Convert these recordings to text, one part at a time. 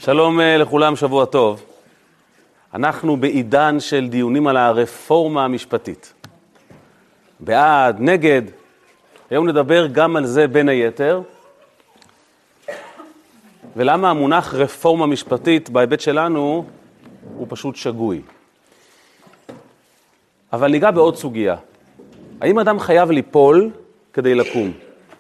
שלום לכולם, שבוע טוב. אנחנו בעידן של דיונים על הרפורמה המשפטית. בעד, נגד. היום נדבר גם על זה בין היתר. ולמה המונח רפורמה משפטית בהיבט שלנו הוא פשוט שגוי. אבל ניגע בעוד סוגיה. האם אדם חייב ליפול כדי לקום?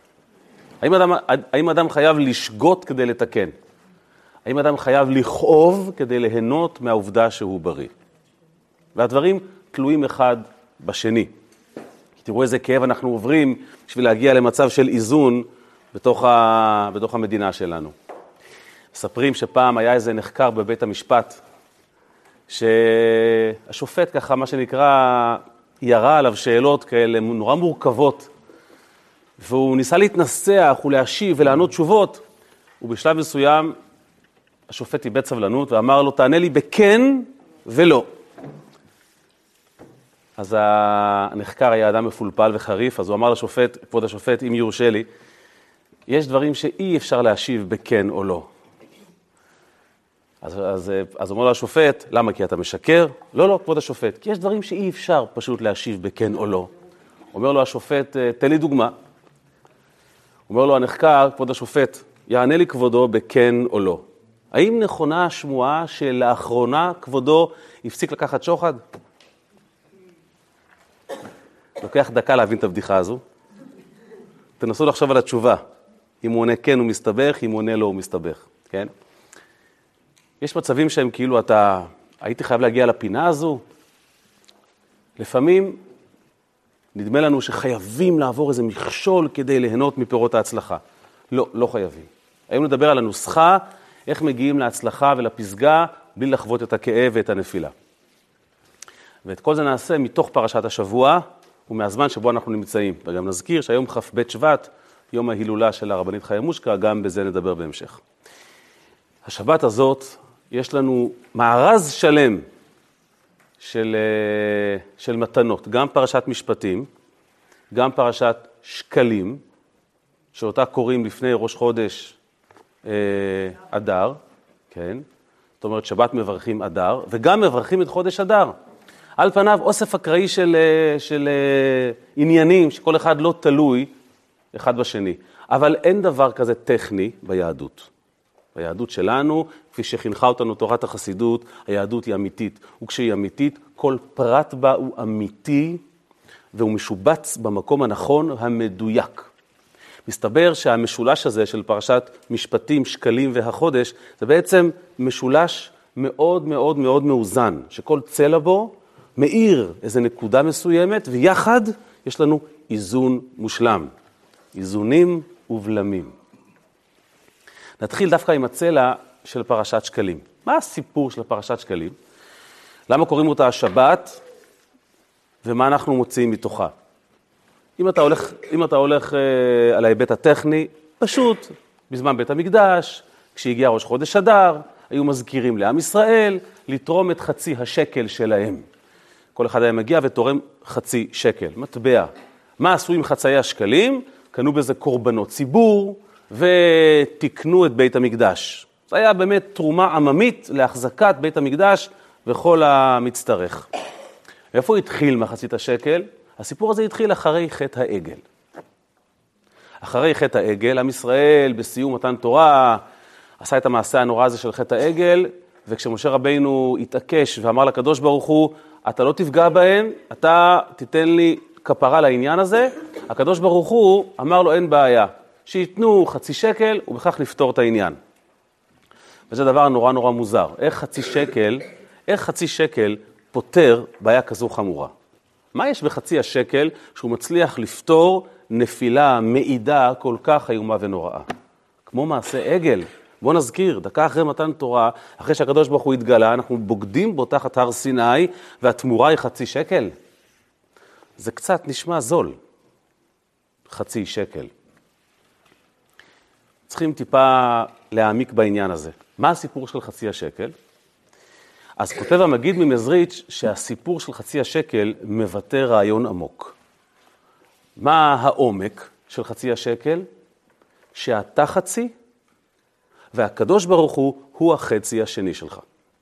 האם אדם חייב לשגות כדי לתקן? האם אדם חייב לכאוב כדי ליהנות מהעובדה שהוא בריא? והדברים תלויים אחד בשני. תראו איזה כאב אנחנו עוברים בשביל להגיע למצב של איזון בתוך המדינה שלנו. מספרים שפעם היה איזה נחקר בבית המשפט, שהשופט ככה מה שנקרא ירה עליו שאלות כאלה נורא מורכבות, והוא ניסה להתנסח ולהשיב ולענות תשובות, ובשלב מסוים השופט איבד סבלנות ואמר לו, תענה לי בכן ולא. אז הנחקר היה אדם מפולפל וחריף, אז הוא אמר לשופט, כבוד השופט, אם יורשה לי, יש דברים שאי אפשר להשיב בכן או לא. אז אומר לו השופט, למה? כי אתה משקר? לא, כבוד השופט, כי יש דברים שאי אפשר פשוט להשיב בכן או לא. אומר לו השופט, תן לי דוגמה. אומר לו הנחקר, כבוד השופט, יענה לי כבודו בכן או לא. האם נכונה השמועה שלאחרונה כבודו הפסיק לקחת שוחד? לוקח דקה להבין את הבדיחה הזו. תנסו לחשוב על התשובה. אם הוא עונה כן הוא מסתבך, אם הוא עונה לא הוא מסתבך. כן? יש מצבים שהם כאילו הייתי חייב להגיע לפינה הזו. לפעמים נדמה לנו שחייבים לעבור איזה מכשול כדי ליהנות מפירות ההצלחה. לא חייבים. היום נדבר על הנוסחה, איך מגיעים להצלחה ולפסגה בלי לחוות את הכאב ואת הנפילה. ואת כל זה נעשה מתוך פרשת השבוע ומהזמן שבו אנחנו נמצאים. וגם נזכיר שהיום כ"ב שבט, יום ההילולה של הרבנית חיה מושקה, גם בזה נדבר בהמשך. השבת הזאת יש לנו מארז שלם של מתנות, גם פרשת משפטים, גם פרשת שקלים, שאותה קוראים לפני ראש חודש אדר, כן? זאת אומרת, שבת מברכים אדר, וגם מברכים את חודש אדר. על פניו, אוסף אקראי של עניינים, שכל אחד לא תלוי אחד בשני. אבל אין דבר כזה טכני ביהדות. ביהדות שלנו, כפי שחינכה אותנו תורת החסידות, היהדות היא אמיתית. וכשהיא אמיתית, כל פרט בה הוא אמיתי, והוא משובץ במקום הנכון המדויק. מסתבר שהמשולש הזה של פרשת משפטים, שקלים והחודש, זה בעצם משולש מאוד מאוד מאוד מאוזן, שכל צלע בו מאיר איזו נקודה מסוימת, ויחד יש לנו איזון מושלם, איזונים ובלמים. נתחיל דווקא עם הצלע של פרשת שקלים. מה הסיפור של פרשת שקלים? למה קוראים אותה השבת, ומה אנחנו מוצאים מתוכה? אם אתה הולך על ההיבט הטכני, פשוט, בזמן בית המקדש, כשהגיע ראש חודש אדר, היו מזכירים לעם ישראל לתרום את חצי השקל שלהם. כל אחד היה מגיע ותורם חצי שקל, מטבע. מה עשו עם חצאי השקלים? קנו בזה קורבנות ציבור, ותקנו את בית המקדש. זה היה באמת תרומה עממית להחזקת בית המקדש וכל המצטרך. איפה התחיל מחצית השקל? הסיפור הזה התחיל אחרי חטא העגל. אחרי חטא העגל, עם ישראל בסיום מתן תורה עשה את המעשה הנורא הזה של חטא העגל, וכשמשה רבינו התעקש ואמר לקדוש ברוך הוא, אתה לא תפגע בהם, אתה תיתן לי כפרה לעניין הזה, הקדוש ברוך הוא אמר לו אין בעיה, שיתנו חצי שקל ובכך לפתור את העניין. וזה דבר נורא נורא מוזר. איך חצי שקל פותר בעיה כזו חמורה? מה יש בחצי השקל שהוא מצליח לפתור נפילה מעידה כל כך איומה ונוראה? כמו מעשה עגל. בוא נזכיר, דקה אחרי מתן תורה, אחרי שהקדוש ברוך הוא התגלה, אנחנו בוגדים בו תחת הר סיני, והתמורה היא חצי שקל. זה קצת נשמע זול. חצי שקל. צריכים טיפה להעמיק בעניין הזה. מה הסיפור של חצי השקל? אז כותב המגיד ממזריץ' שהסיפור של חצי השקל מבטא רעיון עמוק. מה העומק של חצי השקל? שאתה חצי והקדוש ברוך הוא החצי השני שלך.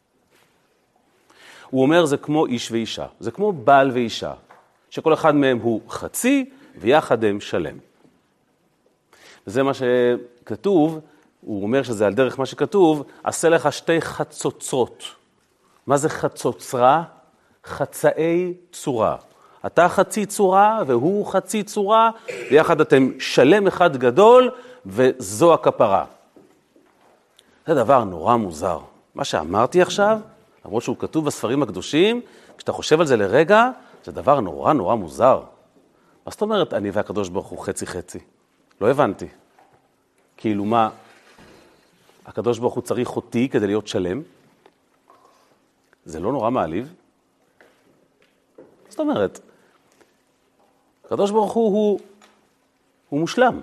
הוא אומר זה כמו איש ואישה, זה כמו בעל ואישה, שכל אחד מהם הוא חצי ויחד הם שלם. וזה מה שכתוב, הוא אומר שזה על דרך מה שכתוב, עשה לך שתי חצוצרות. מה זה חצוצרה? חצאי צורה. אתה חצי צורה והוא חצי צורה, ויחד אתם שלם אחד גדול, וזו הכפרה. זה דבר נורא מוזר. מה שאמרתי עכשיו, למרות שהוא כתוב בספרים הקדושים, כשאתה חושב על זה לרגע, זה דבר נורא נורא מוזר. מה זאת אומרת, אני והקדוש ברוך הוא חצי חצי? לא הבנתי. כאילו מה, הקדוש ברוך הוא צריך אותי כדי להיות שלם? זה לא נורא מעליב? זאת אומרת, הקדוש ברוך הוא מושלם.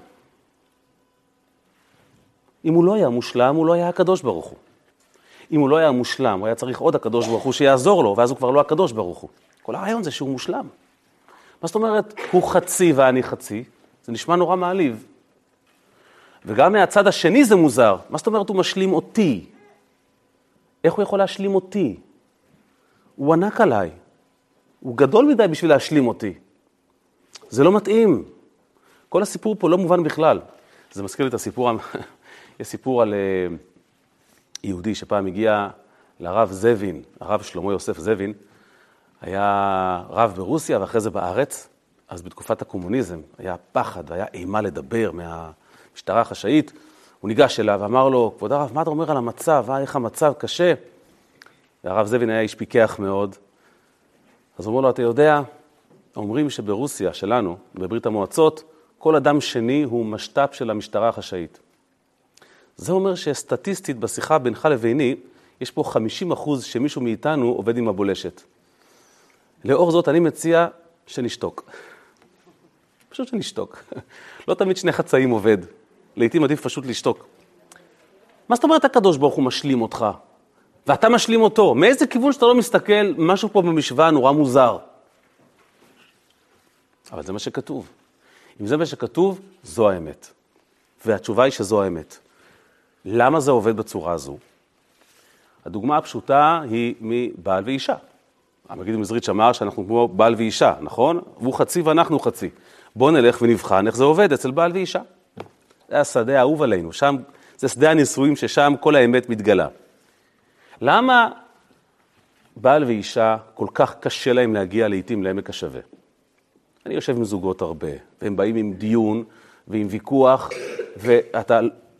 אם הוא לא היה מושלם, הוא לא היה הקדוש ברוך הוא. אם הוא לא היה מושלם, הוא היה צריך עוד הקדוש ברוך הוא שיעזור לו, ואז הוא כבר לא הקדוש ברוך הוא. כל הרעיון זה שהוא מושלם. מה זאת אומרת, הוא חצי ואני חצי? זה נשמע נורא מעליב. וגם מהצד השני זה מוזר. מה זאת אומרת, הוא משלים אותי? איך הוא יכול להשלים אותי? הוא ענק עליי. הוא גדול מדי בשביל להשלים אותי. זה לא מתאים. כל הסיפור פה לא מובן בכלל. זה מזכיר לי את הסיפור, יש סיפור על יהודי שפעם הגיע לרב זבין, הרב שלמה יוסף זבין, היה רב ברוסיה ואחרי זה בארץ, אז בתקופת הקומוניזם היה פחד והיה אימה לדבר מהמשטרה החשאית, הוא ניגש אליו ואמר לו, כבוד הרב, מה אתה אומר על המצב? איך המצב קשה? והרב זבין היה איש פיקח מאוד, אז הוא אומר לו, אתה יודע, אומרים שברוסיה שלנו, בברית המועצות, כל אדם שני הוא משת"פ של המשטרה החשאית. זה אומר שסטטיסטית בשיחה בינך לביני, יש פה 50% שמישהו מאיתנו עובד עם הבולשת. לאור זאת אני מציע שנשתוק. פשוט שנשתוק. לא תמיד שני חצאים עובד. לעתים עדיף פשוט לשתוק. מה זאת אומרת הקדוש ברוך הוא משלים אותך? ואתה משלים אותו. מאיזה כיוון שאתה לא מסתכל, משהו פה במשוואה נורא מוזר. אבל זה מה שכתוב. אם זה מה שכתוב, זו האמת. והתשובה היא שזו האמת. למה זה עובד בצורה הזו? הדוגמה הפשוטה היא מבעל ואישה. המגיד מזריץ' אמר שאנחנו כמו בעל ואישה, נכון? והוא חצי ואנחנו חצי. בואו נלך ונבחן איך זה עובד אצל בעל ואישה. זה השדה האהוב עלינו, שם, זה שדה הנישואים ששם כל האמת מתגלה. למה בעל ואישה כל כך קשה להם להגיע לעתים לעמק השווה? אני יושב עם זוגות הרבה, והם באים עם דיון ועם ויכוח, ואתה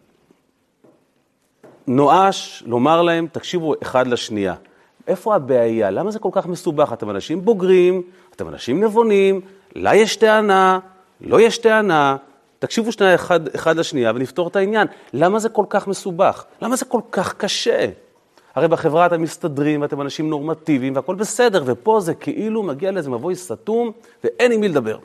נואש לומר להם, תקשיבו אחד לשנייה. איפה הבעיה? למה זה כל כך מסובך? אתם אנשים בוגרים, אתם אנשים נבונים, לה יש טענה, לא יש טענה, תקשיבו שנייה אחד לשנייה ונפתור את העניין. למה זה כל כך מסובך? למה זה כל כך קשה? הרי בחברה אתם מסתדרים ואתם אנשים נורמטיביים והכל בסדר, ופה זה כאילו מגיע לאיזה מבוי סתום ואין עם מי לדבר.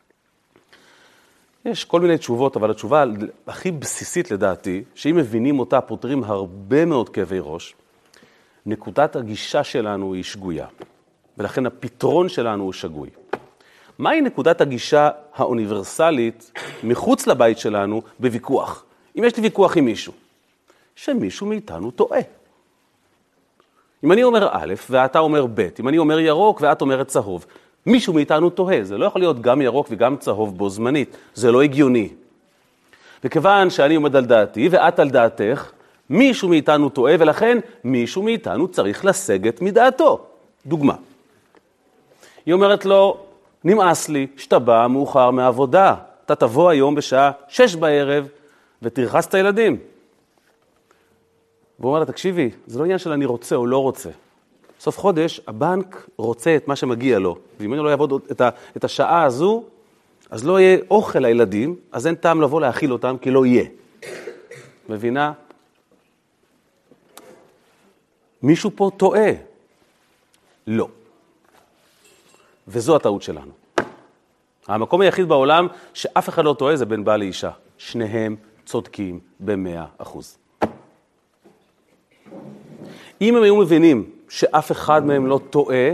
יש כל מיני תשובות, אבל התשובה הכי בסיסית לדעתי, שאם מבינים אותה פותרים הרבה מאוד כאבי ראש, נקודת הגישה שלנו היא שגויה, ולכן הפתרון שלנו הוא שגוי. מהי נקודת הגישה האוניברסלית מחוץ לבית שלנו בוויכוח? אם יש לי ויכוח עם מישהו, שמישהו מאיתנו טועה. אם אני אומר א' ואתה אומר ב', אם אני אומר ירוק ואת אומרת צהוב, מישהו מאיתנו טועה, זה לא יכול להיות גם ירוק וגם צהוב בו זמנית, זה לא הגיוני. וכיוון שאני עומד על דעתי ואת על דעתך, מישהו מאיתנו טועה, ולכן מישהו מאיתנו צריך לסגת מדעתו. דוגמה. היא אומרת לו, נמאס לי שאתה בא מאוחר מהעבודה, אתה תבוא היום בשעה 6 בערב ותרחץ את הילדים. והוא אומר לה, תקשיבי, זה לא עניין של אני רוצה או לא רוצה. סוף חודש, הבנק רוצה את מה שמגיע לו, ואם אני לא יעבוד את השעה הזו, אז לא יהיה אוכל לילדים, אז אין טעם לבוא להאכיל אותם, כי לא יהיה. מבינה? מישהו פה טועה. לא. וזו הטעות שלנו. המקום היחיד בעולם שאף אחד לא טועה זה בין בעל לאישה. שניהם צודקים ב100%. אם הם היו מבינים שאף אחד מהם לא טועה,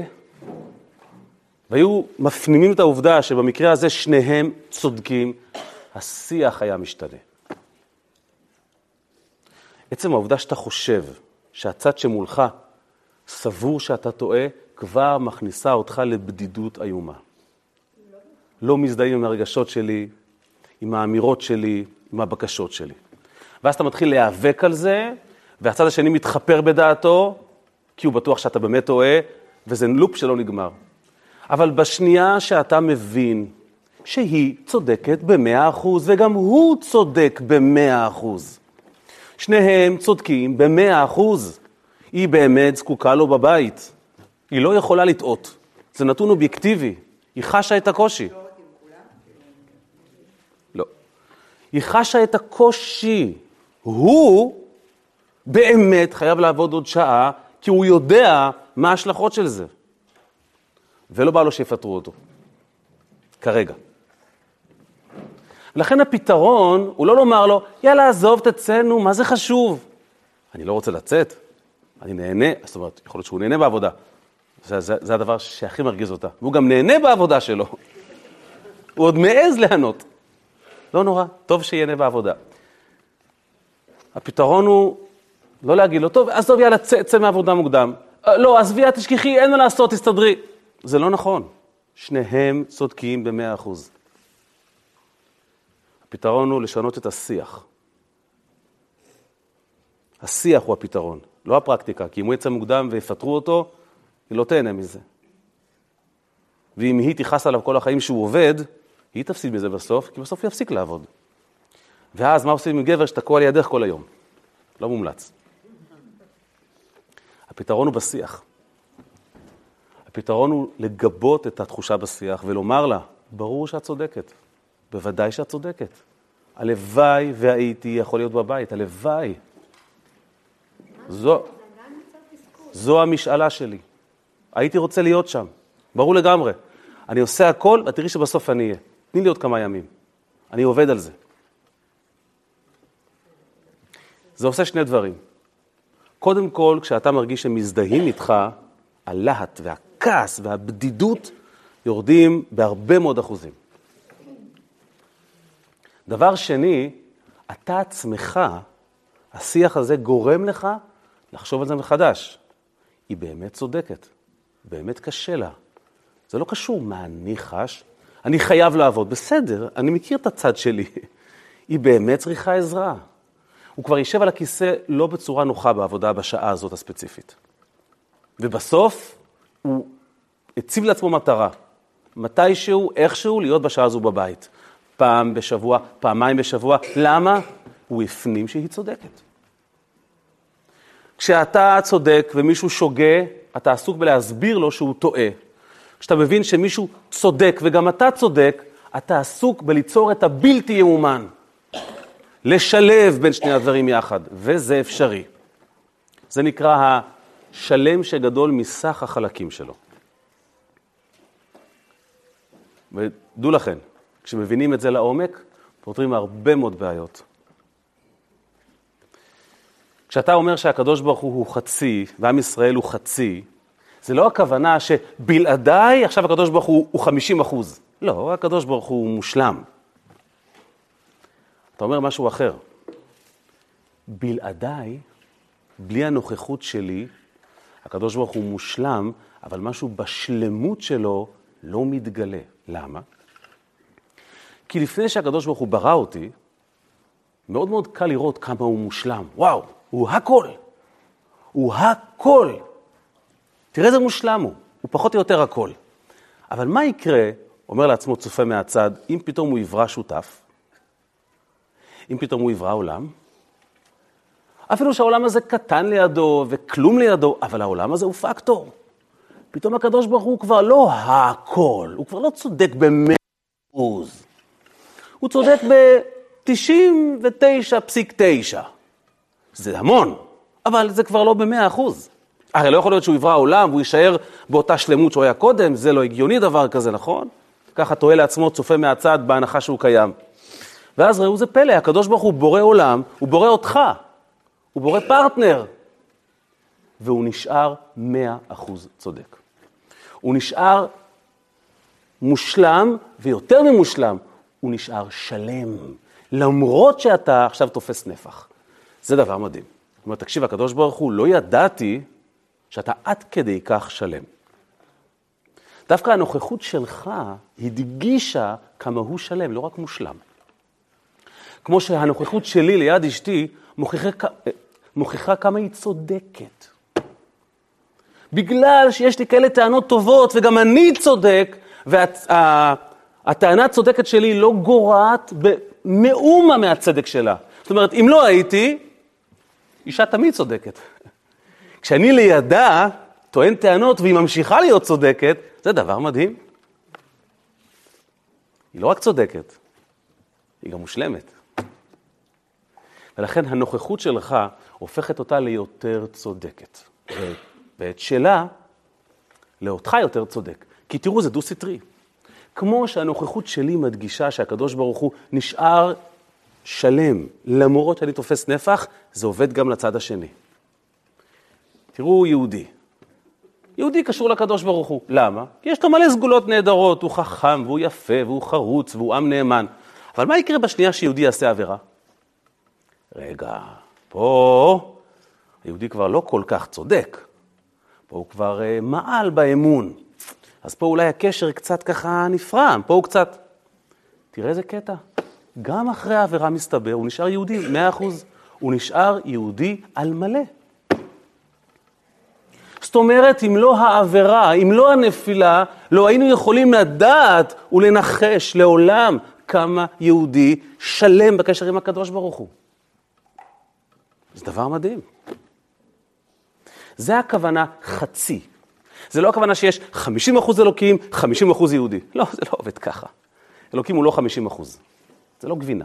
והיו מפנימים את העובדה שבמקרה הזה שניהם צודקים, השיח היה משתנה. עצם העובדה שאתה חושב שהצד שמולך סבור שאתה טועה, כבר מכניסה אותך לבדידות איומה. לא מזדהים עם הרגשות שלי, עם האמירות שלי, עם הבקשות שלי. ואז אתה מתחיל להיאבק על זה, והצד השני מתחפר בדעתו, כי הוא בטוח שאתה באמת טועה, וזה לופ שלא נגמר. אבל בשנייה שאתה מבין שהיא צודקת ב100%, וגם הוא צודק ב100%. שניהם צודקים ב100%. היא באמת זקוקה לו בבית. היא לא יכולה לטעות. זה נתון אובייקטיבי. היא חשה את הקושי. לא. היא חשה את הקושי. הוא באמת חייב לעבוד עוד שעה, כי הוא יודע מה ההשלכות של זה. ולא בא לו שיפטרו אותו. כרגע. ולכן הפתרון הוא לא לומר לו, יאללה, עזוב, תצאנו, מה זה חשוב? אני לא רוצה לצאת, אני נהנה, זאת אומרת, יכול להיות שהוא נהנה בעבודה. זה הדבר שהכי מרגיז אותה. והוא גם נהנה בעבודה שלו. הוא עוד מעז להנות. לא נורא, טוב שיהנה בעבודה. הפתרון הוא לא להגיד לו, טוב, עזוב, יאללה, צא מעבודה מוקדם. לא, עזבי, תשכחי, אין מה לעשות, תסתדרי. זה לא נכון. שניהם צודקים ב100%. הפתרון הוא לשנות את השיח. השיח הוא הפתרון, לא הפרקטיקה, כי אם הוא יצא מוקדם ויפטרו אותו, היא לא תהנה מזה. ואם היא תיחס עליו כל החיים שהוא עובד, היא תפסיד מזה בסוף, כי בסוף הוא יפסיק לעבוד. ואז מה עושים עם גבר שתקוע על ידך כל היום? לא מומלץ. הפתרון הוא בשיח. הפתרון הוא לגבות את התחושה בשיח ולומר לה, ברור שאת צודקת. בוודאי שאת צודקת. הלוואי והייתי יכול להיות בבית, הלוואי. זו המשאלה שלי. הייתי רוצה להיות שם. ברור לגמרי. אני עושה הכל, ותראי שבסוף אני אהיה. תני לי עוד כמה ימים. אני עובד על זה. זה עושה שני דברים. קודם כל, כשאתה מרגיש שמזדהים איתך, הלהט והכעס והבדידות יורדים בהרבה מאוד אחוזים. דבר שני, אתה עצמך, השיח הזה גורם לך לחשוב על זה מחדש. היא באמת צודקת, באמת קשה לה. זה לא קשור מה אני חש, אני חייב לעבוד. בסדר, אני מכיר את הצד שלי. היא באמת צריכה עזרה. הוא כבר יישב על הכיסא לא בצורה נוחה בעבודה בשעה הזאת הספציפית. ובסוף הוא הציב לעצמו מטרה. מתישהו, איכשהו, להיות בשעה הזו בבית. פעם בשבוע, פעמיים בשבוע. למה? הוא הפנים שהיא צודקת. כשאתה צודק ומישהו שוגה, אתה עסוק בלהסביר לו שהוא טועה. כשאתה מבין שמישהו צודק וגם אתה צודק, אתה עסוק בליצור את הבלתי יאומן. לשלב בין שני הדברים יחד, וזה אפשרי. זה נקרא השלם שגדול מסך החלקים שלו. ודעו לכם, כשמבינים את זה לעומק, פותרים הרבה מאוד בעיות. כשאתה אומר שהקדוש ברוך הוא חצי, ועם ישראל הוא חצי, זה לא הכוונה שבלעדיי עכשיו הקדוש ברוך הוא 50%. לא, הקדוש ברוך הוא מושלם. אתה אומר משהו אחר. בלעדיי, בלי הנוכחות שלי, הקדוש ברוך הוא מושלם, אבל משהו בשלמות שלו לא מתגלה. למה? כי לפני שהקדוש ברוך הוא ברא אותי, מאוד מאוד קל לראות כמה הוא מושלם. וואו, הוא הכל. הוא הכל. תראה איזה מושלם הוא פחות או יותר הכל. אבל מה יקרה, אומר לעצמו צופה מהצד, אם פתאום הוא יברא שותף, אם פתאום הוא יברא עולם, אפילו שהעולם הזה קטן לידו וכלום לידו, אבל העולם הזה הוא פקטור. פתאום הקדוש ברוך הוא כבר לא הכל, הוא כבר לא צודק ב100%. הוא צודק ב99.9. זה המון, אבל זה כבר לא ב100%. הרי לא יכול להיות שהוא יברא העולם והוא יישאר באותה שלמות שהוא היה קודם, זה לא הגיוני דבר כזה, נכון? ככה תוהה לעצמו צופה מהצד בהנחה שהוא קיים. ואז ראו זה פלא, הקדוש ברוך הוא בורא עולם, הוא בורא אותך, הוא בורא פרטנר, והוא נשאר 100% צודק. הוא נשאר מושלם, ויותר ממושלם, הוא נשאר שלם, למרות שאתה עכשיו תופס נפח. זה דבר מדהים. זאת אומרת, תקשיב, הקדוש ברוך הוא, לא ידעתי שאתה עד כדי כך שלם. דווקא הנוכחות שלך הדגישה כמה הוא שלם, לא רק מושלם. כמו שהנוכחות שלי ליד אשתי מוכיחה כמה היא צודקת. בגלל שיש לי כאלה טענות טובות וגם אני צודק, והטענה הצודקת שלי לא גורעת במאומה מהצדק שלה. זאת אומרת, אם לא הייתי, אישה תמיד צודקת. כשאני לידה טוען טענות והיא ממשיכה להיות צודקת, זה דבר מדהים. היא לא רק צודקת, היא גם מושלמת. ולכן הנוכחות שלך הופכת אותה ליותר צודקת. ואת שלה, לאותך יותר צודק. כי תראו, זה דו-סטרי. כמו שהנוכחות שלי מדגישה שהקדוש ברוך הוא נשאר שלם, למרות שאני תופס נפח, זה עובד גם לצד השני. תראו, יהודי קשור לקדוש ברוך הוא. למה? כי יש לו מלא סגולות נהדרות, הוא חכם והוא יפה והוא חרוץ והוא עם נאמן. אבל מה יקרה בשנייה שיהודי יעשה עבירה? רגע, פה היהודי כבר לא כל כך צודק. פה הוא כבר מעל באמון. אז פה אולי הקשר קצת ככה נפרם, פה הוא קצת... תראה איזה קטע. גם אחרי העבירה מסתבר, הוא נשאר יהודי, 100%. הוא נשאר יהודי על מלא. זאת אומרת, אם לא העבירה, אם לא הנפילה, לא היינו יכולים לדעת ולנחש לעולם כמה יהודי שלם בקשר עם הקדוש ברוך הוא. זה דבר מדהים. זה הכוונה חצי. זה לא הכוונה שיש 50% אלוקים, 50% יהודי. לא, זה לא עובד ככה. אלוקים הוא לא 50%. זה לא גבינה.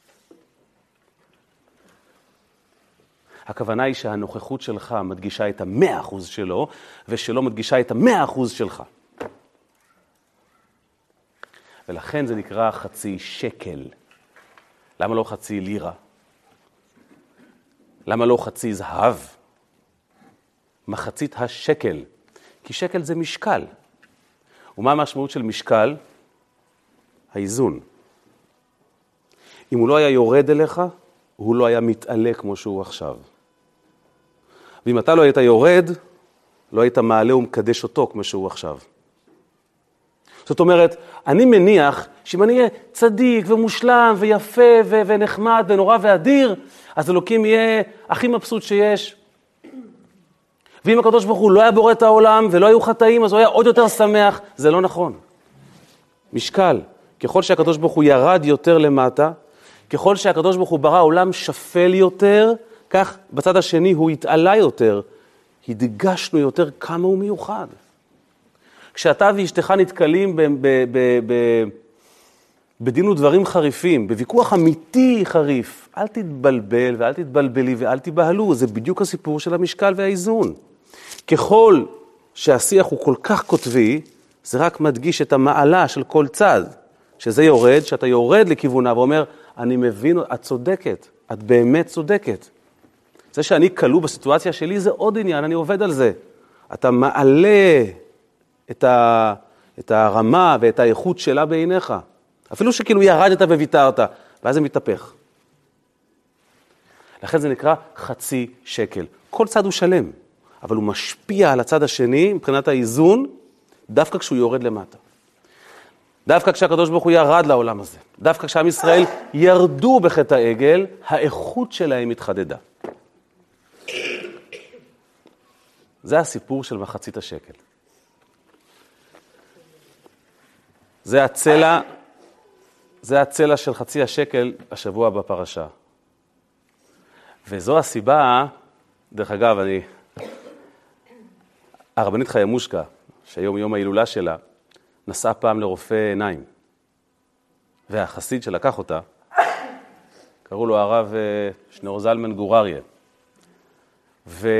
הכוונה היא שהנוכחות שלך מדגישה את 100% שלו, ושלא מדגישה את 100% שלך. ולכן זה נקרא חצי שקל. למה לא חצי לירה? למה לא חצי זהב? מחצית השקל. כי שקל זה משקל. ומה המשמעות של משקל? האיזון. אם הוא לא היה יורד אליך, הוא לא היה מתעלה כמו שהוא עכשיו. ואם אתה לא היית יורד, לא היית מעלה ומקדש אותו כמו שהוא עכשיו. זאת אומרת, אני מניח שאם אני אהיה צדיק ומושלם ויפה ונחמד ונורא ואדיר, אז אלוקים יהיה הכי מבסוט שיש. ואם הקדוש ברוך הוא לא היה בורא את העולם ולא היו חטאים, אז הוא היה עוד יותר שמח. זה לא נכון. משקל. ככל שהקדוש ברוך הוא ירד יותר למטה, ככל שהקדוש ברוך הוא ברא עולם שפל יותר, כך בצד השני הוא התעלה יותר. הדגשנו יותר כמה הוא מיוחד. כשאתה ואשתך נתקלים בדין ודברים חריפים, בוויכוח אמיתי חריף, אל תתבלבל ואל תתבלבלי ואל תבהלו, זה בדיוק הסיפור של המשקל והאיזון. ככל שהשיח הוא כל כך כותבי, זה רק מדגיש את המעלה של כל צד, שזה יורד, שאתה יורד לכיוונה ואומר, אני מבין, את צודקת, את באמת צודקת. זה שאני קלו בסיטואציה שלי זה עוד עניין, אני עובד על זה. אתה מעלה את הרמה ואת האיכות שלה בעיניך. אפילו שכאילו ירדת וויתרת, ואז זה מתהפך. לכן זה נקרא חצי שקל. כל צד הוא שלם, אבל הוא משפיע על הצד השני מבחינת האיזון, דווקא כשהוא יורד למטה. דווקא כשהקדוש ברוך הוא ירד לעולם הזה. דווקא כשעם ישראל ירדו בחטא העגל, האיכות שלהם התחדדה. זה הסיפור של מחצית השקל. זה הצלע של חצי השקל השבוע בפרשה. וזו הסיבה, דרך אגב, הרבנית חיה מושקה, שהיום יום ההילולה שלה, נסעה פעם לרופא עיניים. והחסיד שלקח אותה, קראו לו הרב שניאור זלמן גורריה. והם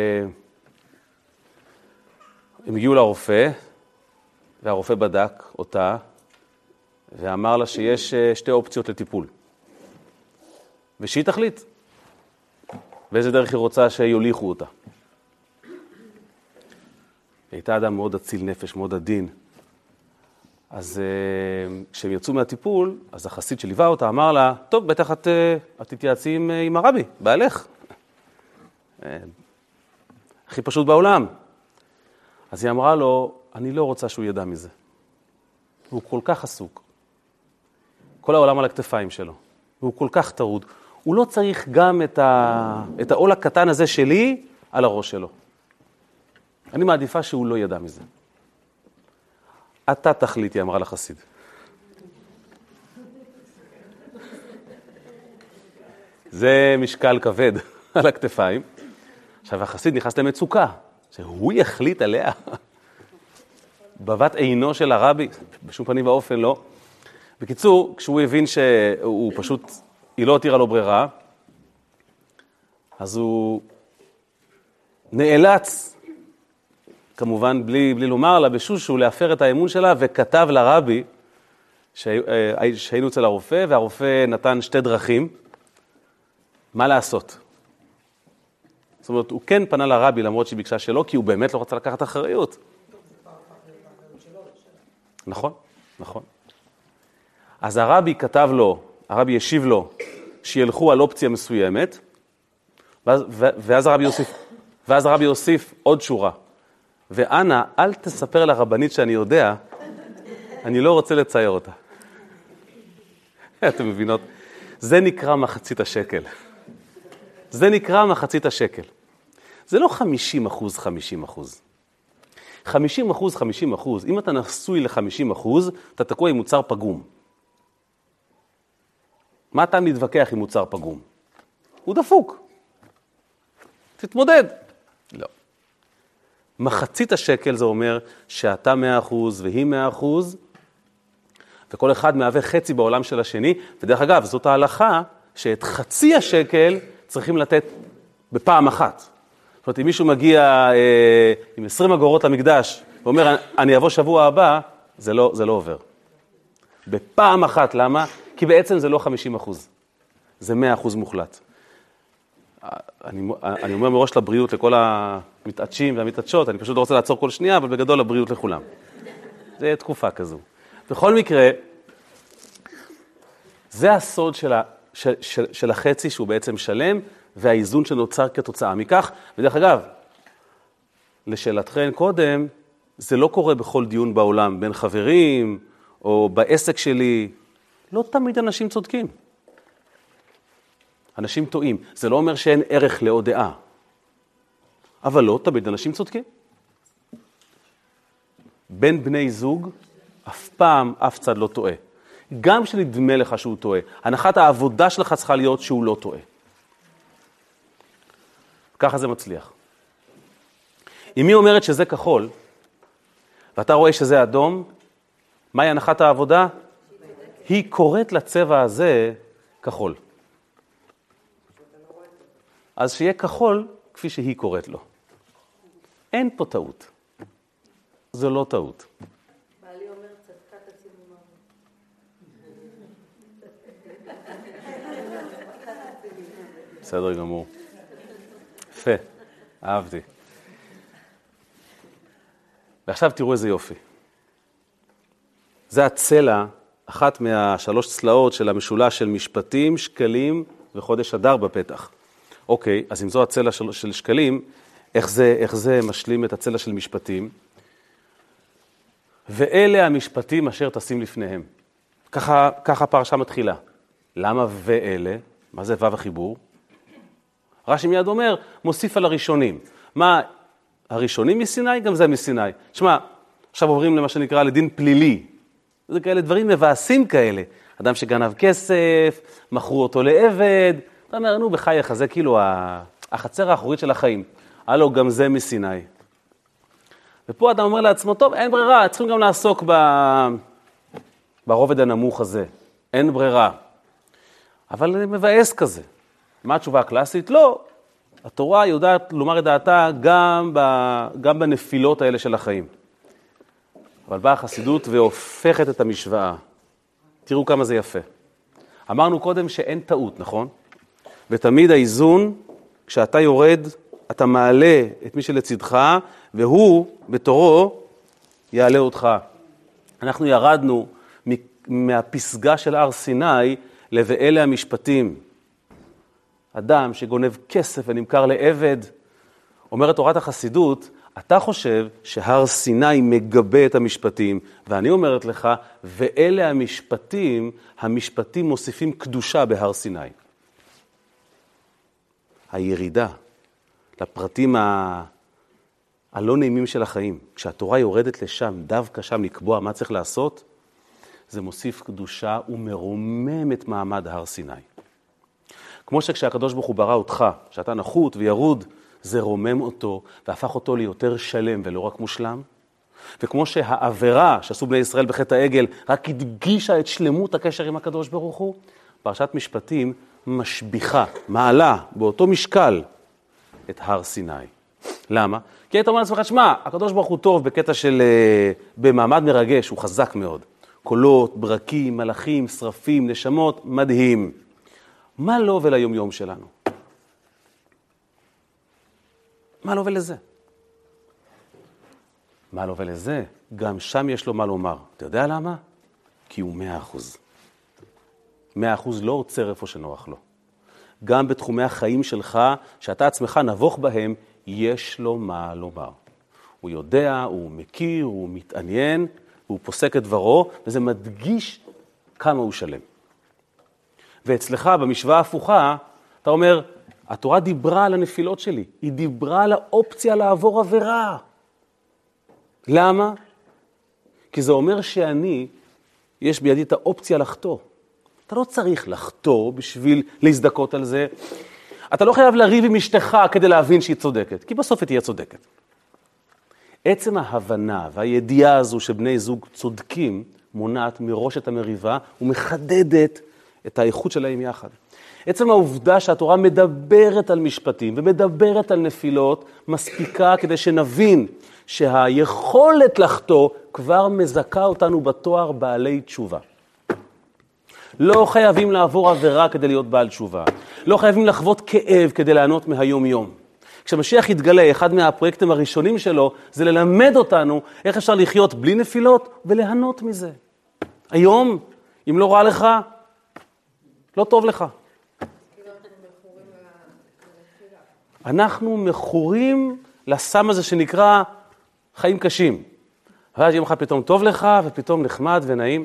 הגיעו לרופא, והרופא בדק אותה, ואמר לה שיש שתי אופציות לטיפול. ושהיא תחליט באיזה דרך היא רוצה שיוליכו אותה. היא הייתה אדם מאוד אציל נפש, מאוד עדין. אז כשהם יצאו מהטיפול, אז החסיד שליווה אותה אמר לה, טוב, בטח את תתייעצי עם הרבי, בעלך. הכי פשוט בעולם. אז היא אמרה לו, אני לא רוצה שהוא ידע מזה. הוא כל כך עסוק. כל העולם על הכתפיים שלו. והוא כל כך טרוד. הוא לא צריך גם את העול הקטן הזה שלי על הראש שלו. אני מעדיפה שהוא לא ידע מזה. אתה תחליט, היא אמרה לחסיד. זה משקל כבד על הכתפיים. עכשיו, החסיד נכנס למצוקה, שהוא יחליט עליה. בבת עינו של הרבי, בשום פנים ואופן לא. בקיצור, כשהוא הבין שהוא פשוט, היא לא הותירה לו ברירה, אז הוא נאלץ, כמובן בלי לומר לה, בשושו, להפר את האמון שלה, וכתב לרבי, שהיינו אצל הרופא, והרופא נתן 2 דרכים, מה לעשות. זאת אומרת, הוא כן פנה לרבי, למרות שהיא ביקשה שלא, כי הוא באמת לא רצה לקחת אחריות. נכון, נכון. אז הרבי כתב לו, הרבי השיב לו, שילכו על אופציה מסוימת, ואז הרבי יוסיף עוד שורה. ואנה, אל תספר לרבנית שאני יודע, אני לא רוצה לצייר אותה. אתם מבינות? זה נקרא מחצית השקל. זה נקרא מחצית השקל. זה לא 50%, 50%. 50%, 50%. אם אתה נשוי ל-50%, אתה תקוע עם מוצר פגום. מה אתה מתווכח עם מוצר פגום? הוא דפוק. תתמודד. לא. מחצית השקל זה אומר שאתה 100% והיא 100%, וכל אחד מהווה חצי בעולם של השני, ודרך אגב, זאת ההלכה שאת חצי השקל צריכים לתת בפעם אחת. זאת אומרת, אם מישהו מגיע עם 20 אגורות למקדש, ואומר, אני אבוא שבוע הבא, זה לא עובר. בפעם אחת, למה? כי בעצם זה לא 50%, זה 100% מוחלט. אני אומר מראש לבריאות לכל המתעדשים והמתעדשות, אני פשוט לא רוצה לעצור כל שנייה, אבל בגדול לבריאות לכולם. זה תקופה כזו. בכל מקרה, זה הסוד של החצי שהוא בעצם שלם, והאיזון שנוצר כתוצאה מכך. ודרך אגב, לשאלתכן קודם, זה לא קורה בכל דיון בעולם, בין חברים או בעסק שלי. לא תמיד אנשים צודקים. אנשים טועים. זה לא אומר שאין ערך לעוד דעה. אבל לא תמיד אנשים צודקים. בין בני זוג, אף פעם אף צד לא טועה. גם שנדמה לך שהוא טועה. הנחת העבודה שלך צריכה להיות שהוא לא טועה. ככה זה מצליח. אם היא אומרת שזה כחול, ואתה רואה שזה אדום, מהי הנחת העבודה? היא קוראת לצבע הזה כחול. אז שיהיה כחול כפי שהיא קוראת לו. אין פה טעות. זו לא טעות. בעלי אומר צדקת הצימומה. בסדר גמור. יפה, אהבתי. ועכשיו תראו איזה יופי. זה הצלע, אחת מהשלוש צלעות של המשולש של משפטים, שקלים וחודש אדר בפתח. אוקיי, אז אם זו הצלע של שקלים, איך זה משלים את הצלע של משפטים? ואלה המשפטים אשר תשים לפניהם. ככה פרשה מתחילה. למה ואלה? מה זה ו' החיבור? רש"י מיד אומר, מוסיף על הראשונים. מה, הראשונים מסיני? גם זה מסיני. תשמע, עכשיו עוברים למה שנקרא לדין פלילי. זה כאלה דברים מבאסים כאלה. אדם שגנב כסף, מכרו אותו לעבד. אתה אומר, נו, בחייך, זה כאילו החצר האחורית של החיים. הלו, גם זה מסיני. ופה אדם אומר לעצמו, טוב, אין ברירה, צריכים גם לעסוק ברובד הנמוך הזה. אין ברירה. אבל זה מבאס כזה. מה התשובה הקלאסית? לא. התורה יודעת לומר את דעתה גם בנפילות האלה של החיים. אבל באה החסידות והופכת את המשוואה. תראו כמה זה יפה. אמרנו קודם שאין טעות, נכון? ותמיד האיזון, כשאתה יורד, אתה מעלה את מי שלצדך, והוא בתורו יעלה אותך. אנחנו ירדנו מהפסגה של הר סיני ל"ואלה המשפטים". אדם שגונב כסף ונמכר לעבד, אומרת תורת החסידות, אתה חושב שהר סיני מגבה את המשפטים, ואני אומרת לך, ואלה המשפטים מוסיפים קדושה בהר סיני. הירידה לפרטים הלא נעימים של החיים, כשהתורה יורדת לשם, דווקא שם לקבוע מה צריך לעשות, זה מוסיף קדושה ומרומם את מעמד הר סיני. כמו שכשהקדוש ברוך הוא ברא אותך, שאתה נחות וירוד, זה רומם אותו והפך אותו ליותר שלם ולא רק מושלם. וכמו שהעבירה שעשו בני ישראל בחטא העגל רק הדגישה את שלמות הקשר עם הקדוש ברוך הוא, פרשת משפטים משביחה, מעלה באותו משקל את הר סיני. למה? כי היית אומר לעצמך, שמע, הקדוש ברוך הוא טוב בקטע של, במעמד מרגש, הוא חזק מאוד. קולות, ברקים, מלאכים, שרפים, נשמות, מדהים. מה לא וליום יום שלנו? מה לא ולזה? מה לא ולזה? גם שם יש לו מה לומר. אתה יודע למה? כי הוא 100%. 100% לא עוצר איפה שנוח לו. גם בתחומי החיים שלך, שאתה עצמך נבוך בהם, יש לו מה לומר. הוא יודע, הוא מכיר, הוא מתעניין, הוא פוסק את דברו, וזה מדגיש כמה הוא שלם. ואצלך, במשוואה ההפוכה, אתה אומר, התורה דיברה על הנפילות שלי, היא דיברה על האופציה לעבור עבירה. למה? כי זה אומר יש בידי את האופציה לחטוא. אתה לא צריך לחטוא בשביל להזדכות על זה. אתה לא חייב לריב עם אשתך כדי להבין שהיא צודקת, כי בסוף היא תהיה צודקת. עצם ההבנה והידיעה הזו שבני זוג צודקים מונעת מראש את המריבה ומחדדת את האיכות שלהם יחד. עצם העובדה שהתורה מדברת על משפטים ומדברת על נפילות מספיקה כדי שנבין שהיכולת לחטוא כבר מזכה אותנו בתואר בעלי תשובה. לא חייבים לעבור עבירה כדי להיות בעל תשובה. לא חייבים לחוות כאב כדי לענות מהיום יום. כשמשיח יתגלה, אחד מהפרויקטים הראשונים שלו זה ללמד אותנו איך אפשר לחיות בלי נפילות וליהנות מזה. היום, אם לא רע לך, לא טוב לך. אנחנו מכורים לסם הזה שנקרא חיים קשים. ואז יום אחד פתאום טוב לך ופתאום נחמד ונעים.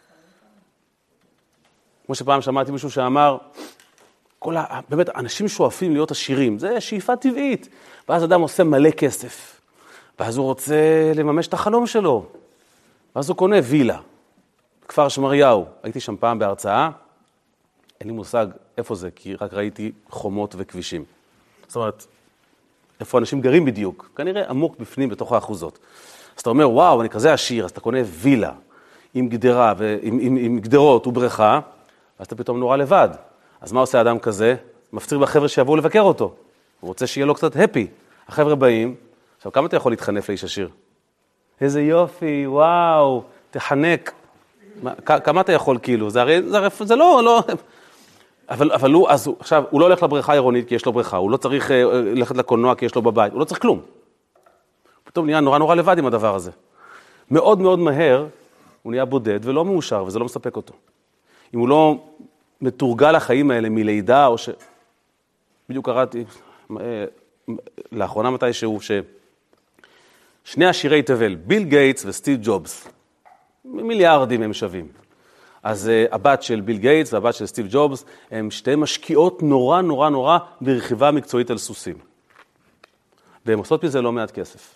כמו שפעם שמעתי מישהו שאמר, באמת אנשים שואפים להיות עשירים, זה שאיפה טבעית. ואז אדם עושה מלא כסף. ואז הוא רוצה לממש את החלום שלו. ואז הוא קונה וילה. כפר שמריהו. הייתי שם פעם בהרצאה. אין לי מושג איפה זה, כי רק ראיתי חומות וכבישים. זאת אומרת, איפה אנשים גרים בדיוק? כנראה עמוק בפנים בתוך האחוזות. אז אתה אומר, וואו, אני כזה עשיר, אז אתה קונה וילה עם גדרה, עם גדרות ובריכה, אז אתה פתאום נורא לבד. אז מה עושה אדם כזה? מפציר בחבר'ה שיבואו לבקר אותו. הוא רוצה שיהיה לו קצת הפי. החבר'ה באים, עכשיו כמה אתה יכול להתחנף לאיש עשיר? איזה יופי, וואו, תחנק. כמה אתה יכול כאילו? זה לא... אבל הוא, עכשיו, הוא לא הולך לבריכה העירונית כי יש לו בריכה, הוא לא צריך ללכת לקולנוע כי יש לו בבית, הוא לא צריך כלום. פתאום נהיה נורא לבד עם הדבר הזה. מאוד מאוד מהר הוא נהיה בודד ולא מאושר, וזה לא מספק אותו. אם הוא לא מתורגל לחיים האלה מלידה, או בדיוק קראתי לאחרונה מתישהו, שני עשירי תבל, ביל גייטס וסטיב ג'ובס, מיליארדים הם שווים. אז הבת של ביל גייטס והבת של סטיב ג'ובס, הם שתי משקיעות נורא ברכיבה מקצועית על סוסים. והם עושות מזה לא מעט כסף.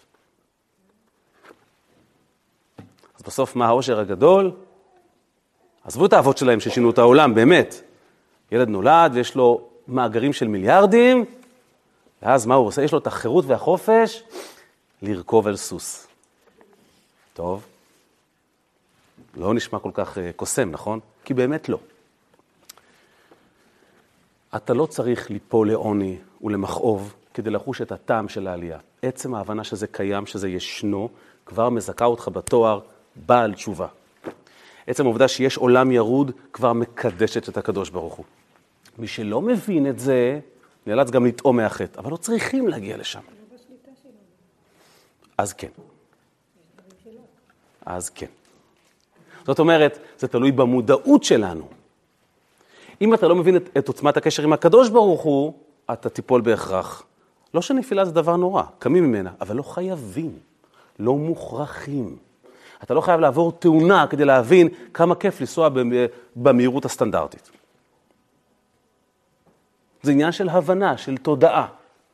אז בסוף מה העושר הגדול? עזבו את האבות שלהם ששינו את העולם, באמת. ילד נולד ויש לו מאגרים של מיליארדים, ואז מה הוא עושה? יש לו את החירות והחופש לרכוב על סוס. טוב. לא נשמע כל כך קוסם, נכון? כי באמת לא. אתה לא צריך ליפול לעוני ולמכאוב כדי לחוש את הטעם של העלייה. עצם ההבנה שזה קיים, שזה ישנו, כבר מזכה אותך בתואר בעל תשובה. עצם העובדה שיש עולם ירוד כבר מקדשת את הקדוש ברוך הוא. מי שלא מבין את זה, נאלץ גם לטעום מהחטא, אבל לא צריכים להגיע לשם. אז כן. אז כן. זאת אומרת, זה תלוי במודעות שלנו. אם אתה לא מבין את עוצמת הקשר עם הקדוש ברוך הוא, אתה תיפול בהכרח. לא שנפילה זה דבר נורא, קמים ממנה, אבל לא חייבים, לא מוכרחים. אתה לא חייב לעבור תאונה כדי להבין כמה כיף לנסוע במהירות הסטנדרטית. זה עניין של הבנה, של תודעה,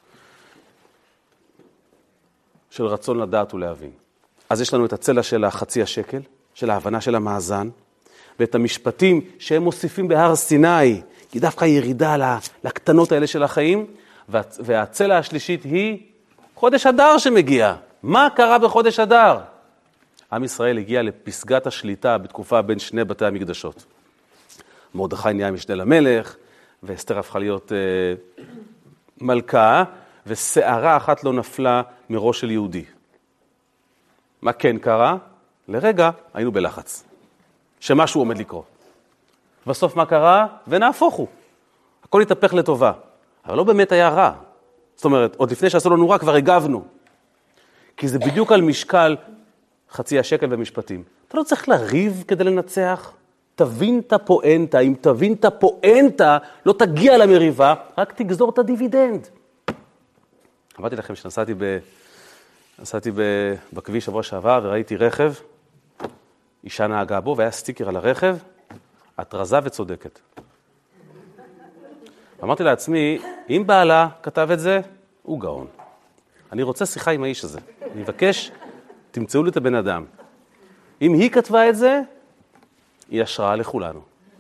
של רצון לדעת ולהבין. אז יש לנו את הצלע של החצי השקל, של ההבנה של המאזן, ואת המשפטים שהם מוסיפים בהר סיני, כי דווקא ירידה לקטנות האלה של החיים, והצלע השלישית היא חודש אדר שמגיע. מה קרה בחודש אדר? עם ישראל הגיע לפסגת השליטה בתקופה בין שני בתי המקדשות. מרדכי נהיה משנה למלך, ואסתר הפכה להיות מלכה, ושערה אחת לא נפלה מראש של יהודי. מה כן קרה? לרגע היינו בלחץ, שמשהו עומד לקרות. בסוף מה קרה? ונהפוך הוא. הכל התהפך לטובה, אבל לא באמת היה רע. זאת אומרת, עוד לפני שעשו לנו רע כבר הגבנו. כי זה בדיוק על משקל חצי השקל במשפטים. אתה לא צריך לריב כדי לנצח. תבין את הפואנטה, אם תבין את הפואנטה, לא תגיע למריבה, רק תגזור את הדיבידנד. אמרתי לכם שנסעתי בכביש שבוע שעבר וראיתי רכב, אישה נהגה בו והיה סטיקר על הרכב, את רזה וצודקת. אמרתי לעצמי, אם בעלה כתב את זה, הוא גאון. אני רוצה שיחה עם האיש הזה. אני מבקש, תמצאו לי את הבן אדם. אם היא כתבה את זה, היא השראה לכולנו.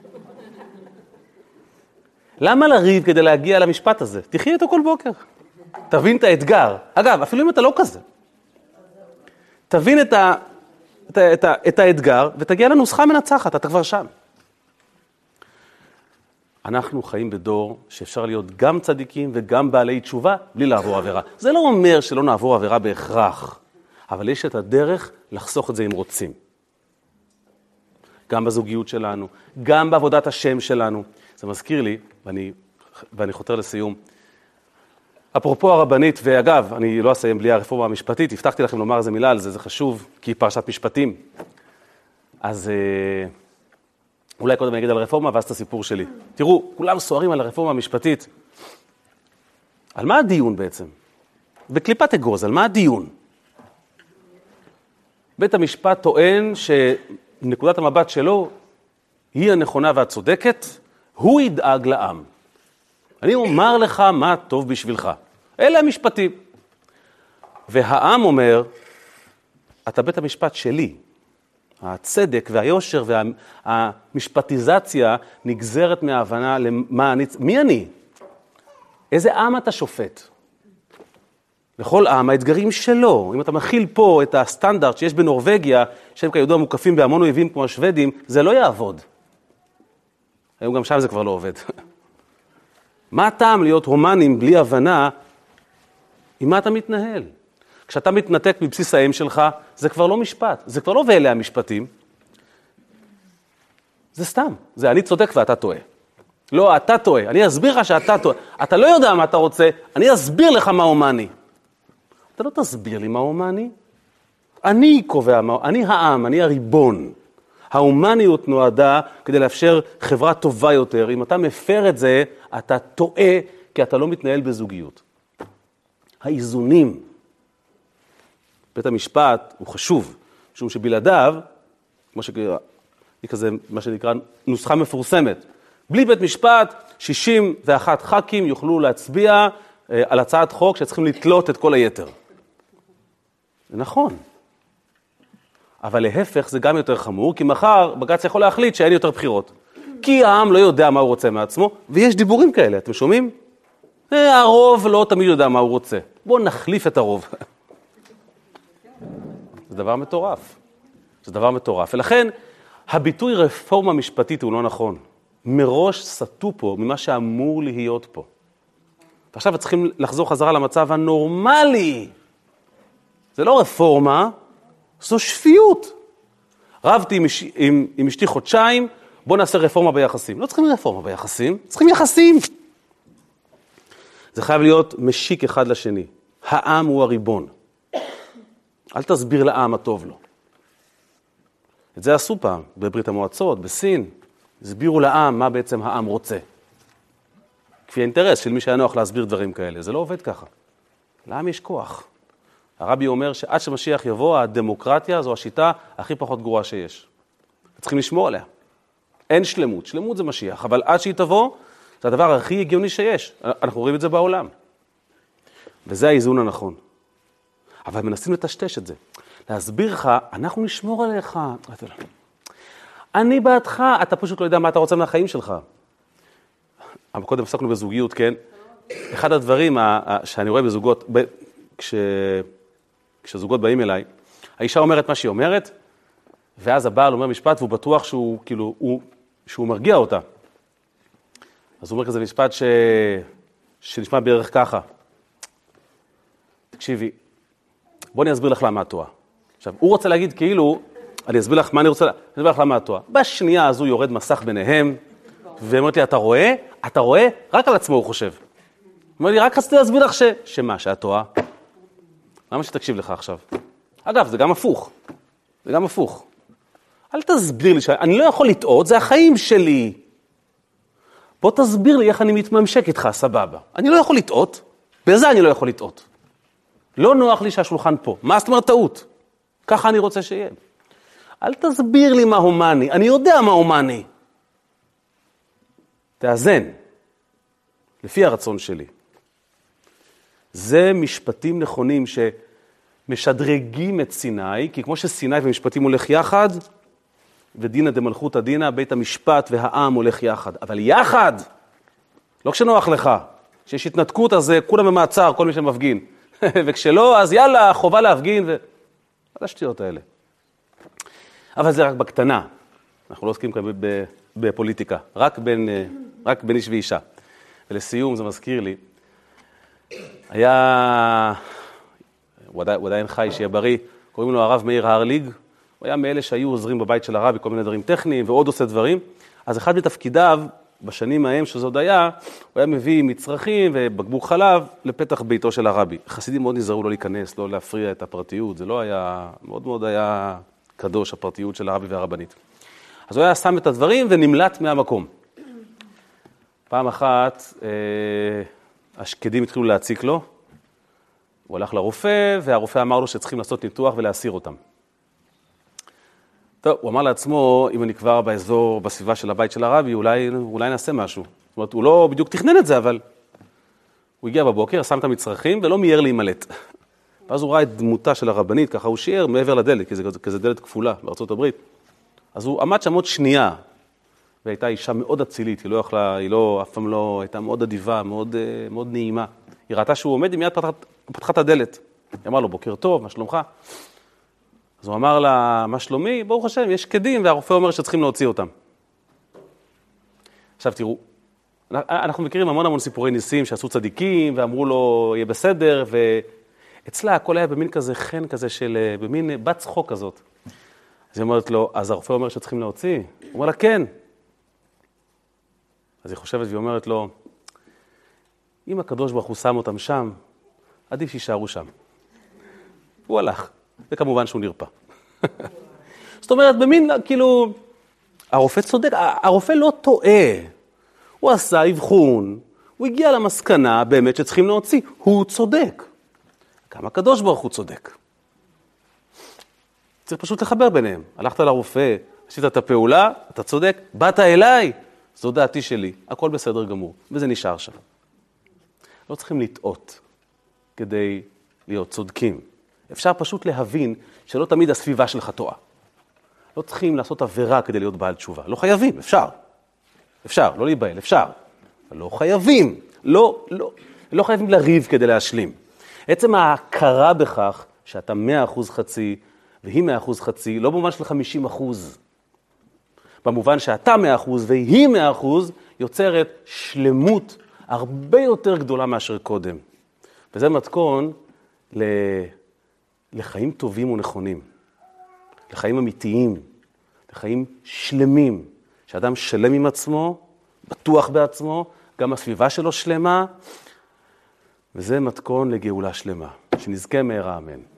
למה לריב כדי להגיע למשפט הזה? תחי אותו כל בוקר. תבין את האתגר. אגב, אפילו אם אתה לא כזה. תבין את האתגר ותגיע לנוסחה מנצחת, אתה כבר שם. אנחנו חיים בדור שאפשר להיות גם צדיקים וגם בעלי תשובה בלי לעבור עבירה. זה לא אומר שלא נעבור עבירה בהכרח, אבל יש את הדרך לחסוך את זה אם רוצים. גם בזוגיות שלנו, גם בעבודת השם שלנו. זה מזכיר לי, ואני חותר לסיום, אפרופו הרבנית, ואגב, אני לא אסיים בלי הרפורמה המשפטית, הבטחתי לכם לומר איזה מילה על זה, זה חשוב, כי פרשת משפטים. אז אולי קודם אני אגיד על הרפורמה, ואז את הסיפור שלי. תראו, כולם סוערים על הרפורמה המשפטית. על מה הדיון בעצם? בקליפת אגוז, על מה הדיון? בית המשפט טוען שנקודת המבט שלו היא הנכונה והצודקת, הוא ידאג לעם. אני אומר לך מה טוב בשבילך. אלה המשפטים. והעם אומר, אתה בית המשפט שלי. הצדק והיושר והמשפטיזציה נגזרת מההבנה למה אני... מי אני? איזה עם אתה שופט? לכל עם האתגרים שלו. אם אתה מכיל פה את הסטנדרט שיש בנורווגיה, שהם כידוע מוקפים בהמון אויבים כמו השוודים, זה לא יעבוד. היום גם שם זה כבר לא עובד. מה הטעם להיות הומנים בלי הבנה עם מה אתה מתנהל? כשאתה מתנתק מבסיס האם שלך, זה כבר לא משפט, זה כבר לא ואלה המשפטים. זה סתם, זה אני צודק ואתה טועה. לא, אתה טועה, אני אסביר לך שאתה טועה. אתה לא יודע מה אתה רוצה, אני אסביר לך מה הומני. אתה לא תסביר לי מה הומני. אני קובע, אני העם, אני הריבון. ההומניות נועדה כדי לאפשר חברה טובה יותר. אם אתה מפר את זה, אתה טועה, כי אתה לא מתנהל בזוגיות. האיזונים. בית המשפט הוא חשוב, משום שבלעדיו, כמו כזה, מה שנקרא נוסחה מפורסמת, בלי בית משפט, 61 ח"כים יוכלו להצביע על הצעת חוק שצריכים לתלות את כל היתר. זה נכון. אבל להפך זה גם יותר חמור, כי מחר בג"ץ יכול להחליט שאין יותר בחירות. כי העם לא יודע מה הוא רוצה מעצמו, ויש דיבורים כאלה, אתם שומעים? הרוב לא תמיד יודע מה הוא רוצה. בואו נחליף את הרוב. זה דבר מטורף. זה דבר מטורף. ולכן, הביטוי רפורמה משפטית הוא לא נכון. מראש סטו פה ממה שאמור להיות פה. ועכשיו צריכים לחזור חזרה למצב הנורמלי. זה לא רפורמה, זו שפיות. רבתי עם אשתי חודשיים, בוא נעשה רפורמה ביחסים. לא צריכים רפורמה ביחסים, צריכים יחסים. זה חייב להיות משיק אחד לשני. העם הוא הריבון. אל תסביר לעם הטוב לו. את זה עשו פעם, בברית המועצות, בסין. הסבירו לעם מה בעצם העם רוצה. כפי האינטרס של מי שהיה נוח להסביר דברים כאלה. זה לא עובד ככה. לעם יש כוח. הרבי אומר שעד שמשיח יבוא, הדמוקרטיה זו השיטה הכי פחות גרועה שיש. צריכים לשמור עליה. אין שלמות, שלמות זה משיח, אבל עד שהיא תבוא, זה הדבר הכי הגיוני שיש. אנחנו רואים את זה בעולם. וזה האיזון הנכון. אבל מנסים לטשטש את זה. להסביר לך, אנחנו נשמור עליך. אני בעדך, אתה פשוט לא יודע מה אתה רוצה מהחיים שלך. אבל קודם עסקנו בזוגיות, כן? אחד הדברים שאני רואה בזוגות, כשזוגות באים אליי, האישה אומרת מה שהיא אומרת, ואז הבעל אומר משפט, והוא בטוח שהוא, כאילו, שהוא מרגיע אותה. אז הוא אומר כזה משפט שנשמע בערך ככה. תקשיבי, בוא אני אסביר לך למה את טועה. עכשיו, הוא רוצה להגיד כאילו, אני אסביר לך מה אני רוצה, אני אסביר לך למה את טועה. בשנייה הזו יורד מסך ביניהם, ואומרת לי, אתה רואה? אתה רואה? רק על עצמו הוא חושב. הוא אומר לי, רק רציתי להסביר לך שמה, שאת טועה. למה שתקשיב לך עכשיו? אגב, זה גם הפוך. זה גם הפוך. אל תסביר לי שאני לא יכול לטעות, זה החיים שלי. בוא תסביר לי איך אני מתממשק איתך, סבבה. אני לא יכול לטעות, בזה אני לא יכול לטעות. לא נוח לי שהשולחן פה. מה זאת אומרת טעות? ככה אני רוצה שיהיה. אל תסביר לי מה הומני, אני יודע מה הומני. תאזן, לפי הרצון שלי. זה משפטים נכונים שמשדרגים את סיני, כי כמו שסיני ומשפטים הולך יחד, ודינא דמלכותא דינא, בית המשפט והעם הולך יחד. אבל יחד, לא כשנוח לך, כשיש התנתקות, אז כולם במעצר, כל מי שמפגין. וכשלא, אז יאללה, חובה להפגין, ועל השטויות האלה. אבל זה רק בקטנה. אנחנו לא עוסקים כאן בפוליטיקה, רק בין איש ואישה. ולסיום, זה מזכיר לי, הוא עדיין חי, שיהיה בריא, קוראים לו הרב מאיר הרליג, הוא היה מאלה שהיו עוזרים בבית של הרבי, כל מיני דברים טכניים, ועוד עושה דברים. אז אחד מתפקידיו, בשנים ההם שזה עוד היה, הוא היה מביא מצרכים ובקבוק חלב לפתח ביתו של הרבי. חסידים מאוד נזהרו לא להיכנס, לא להפריע את הפרטיות, זה לא היה, מאוד מאוד היה קדוש הפרטיות של הרבי והרבנית. אז הוא היה שם את הדברים ונמלט מהמקום. פעם אחת, השקדים התחילו להציק לו, הוא הלך לרופא, והרופא אמר לו שצריכים לעשות ניתוח ולהסיר אותם. טוב, הוא אמר לעצמו, אם אני כבר באזור, בסביבה של הבית של הרבי, אולי נעשה משהו. זאת אומרת, הוא לא בדיוק תכנן את זה, אבל הוא הגיע בבוקר, שם את המצרכים, ולא מיהר להימלט. ואז הוא ראה את דמותה של הרבנית, ככה הוא שיער מעבר לדלת, כי זה כזה דלת כפולה בארצות הברית. אז הוא עמד שם עוד שנייה, והייתה אישה מאוד אצילית, היא אף פעם לא, הייתה מאוד אדיבה, מאוד נעימה. היא ראתה שהוא עומד, היא מיד פתחה את הדלת. היא אמרה לו, בוקר טוב, מה שלומך? אז הוא אמר לה, מה שלומי? ברוך השם, יש שקדים, והרופא אומר שצריכים להוציא אותם. עכשיו תראו, אנחנו מכירים המון סיפורי ניסים שעשו צדיקים, ואמרו לו, יהיה בסדר, ואצלה הכל היה במין כזה חן כזה במין בת צחוק כזאת. אז היא אומרת לו, אז הרופא אומר שצריכים להוציא? הוא אומר לה, כן. אז היא חושבת והיא אומרת לו, אם הקדוש ברוך הוא שם אותם שם, עדיף שישארו שם. הוא הלך, וכמובן שהוא נרפא. זאת אומרת, במין, כאילו, הרופא צודק, הרופא לא טועה. הוא עשה אבחון, הוא הגיע למסקנה באמת שצריכים להוציא, הוא צודק. גם הקדוש ברוך הוא צודק. צריך פשוט לחבר ביניהם. הלכת לרופא, עשית את הפעולה, אתה צודק, באת אליי, זו דעתי שלי, הכל בסדר גמור, וזה נשאר שם. לא צריכים לטעות כדי להיות צודקים. אפשר פשוט להבין שלא תמיד הסביבה שלך טועה. לא צריכים לעשות עבירה כדי להיות בעל תשובה. לא חייבים, אפשר, לא להיבהל, אפשר. אבל לא חייבים, לא חייבים לריב כדי להשלים. עצם ההכרה בכך שאתה 100% חצי, והיא 100% חצי, לא במובן של 50%. במובן שאתה 100% והיא 100% יוצרת שלמות הרבה יותר גדולה מאשר קודם. וזה מתכון לחיים טובים ונכונים, לחיים אמיתיים, לחיים שלמים, שאדם שלם עם עצמו, בטוח בעצמו, גם הסביבה שלו שלמה, וזה מתכון לגאולה שלמה, שנזכה מהרה אמן.